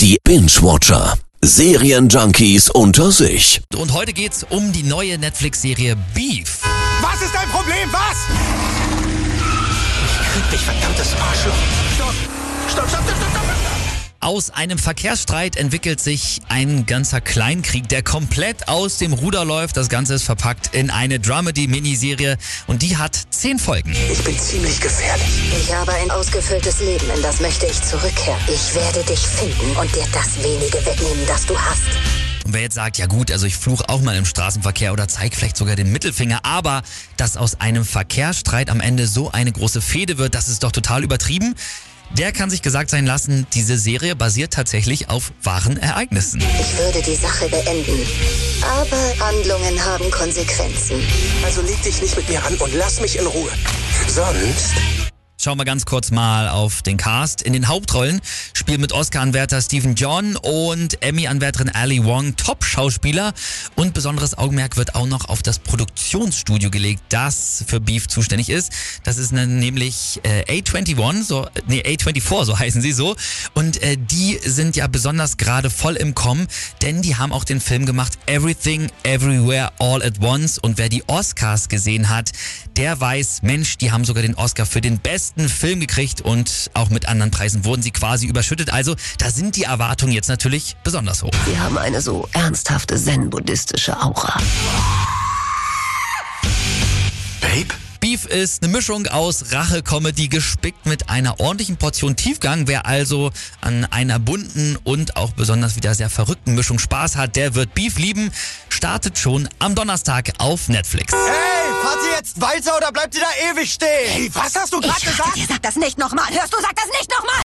Die Binge-Watcher. Serienjunkies unter sich. Und heute geht's um die neue Netflix-Serie Beef. Was ist dein Problem? Was? Ich krieg dich, verdammtes Arschloch. Stopp. Aus einem Verkehrsstreit entwickelt sich ein ganzer Kleinkrieg, der komplett aus dem Ruder läuft. Das Ganze ist verpackt in eine Dramedy-Miniserie und die hat 10 Folgen. Ich bin ziemlich gefährlich. Ich habe ein ausgefülltes Leben, in das möchte ich zurückkehren. Ich werde dich finden und dir das wenige wegnehmen, das du hast. Und wer jetzt sagt, ja gut, also ich fluche auch mal im Straßenverkehr oder zeige vielleicht sogar den Mittelfinger, aber dass aus einem Verkehrsstreit am Ende so eine große Fehde wird, das ist doch total übertrieben. Der kann sich gesagt sein lassen, diese Serie basiert tatsächlich auf wahren Ereignissen. Ich würde die Sache beenden, aber Handlungen haben Konsequenzen. Also leg dich nicht mit mir an und lass mich in Ruhe. Sonst... Schauen wir ganz kurz mal auf den Cast. In den Hauptrollen spielen mit Oscar-Anwärter Stephen John und Emmy-Anwärterin Ali Wong Top-Schauspieler. Und besonderes Augenmerk wird auch noch auf das Produktionsstudio gelegt, das für Beef zuständig ist. Das ist nämlich A24, so heißen sie so. Und die sind ja besonders gerade voll im Kommen, denn die haben auch den Film gemacht Everything, Everywhere, All at Once. Und wer die Oscars gesehen hat, der weiß, Mensch, die haben sogar den Oscar für den besten Film gekriegt und auch mit anderen Preisen wurden sie quasi überschüttet. Also da sind die Erwartungen jetzt natürlich besonders hoch. Sie haben eine so ernsthafte zen-buddhistische Aura. Babe? Beef ist eine Mischung aus Rache-Comedy gespickt mit einer ordentlichen Portion Tiefgang. Wer also an einer bunten und auch besonders wieder sehr verrückten Mischung Spaß hat, der wird Beef lieben. Startet schon am Donnerstag auf Netflix. Hey, fahrt ihr jetzt weiter oder bleibt ihr da ewig stehen? Hey, was hast du gerade gesagt? Ihr sagt das nicht nochmal. Hörst du, sag das nicht nochmal.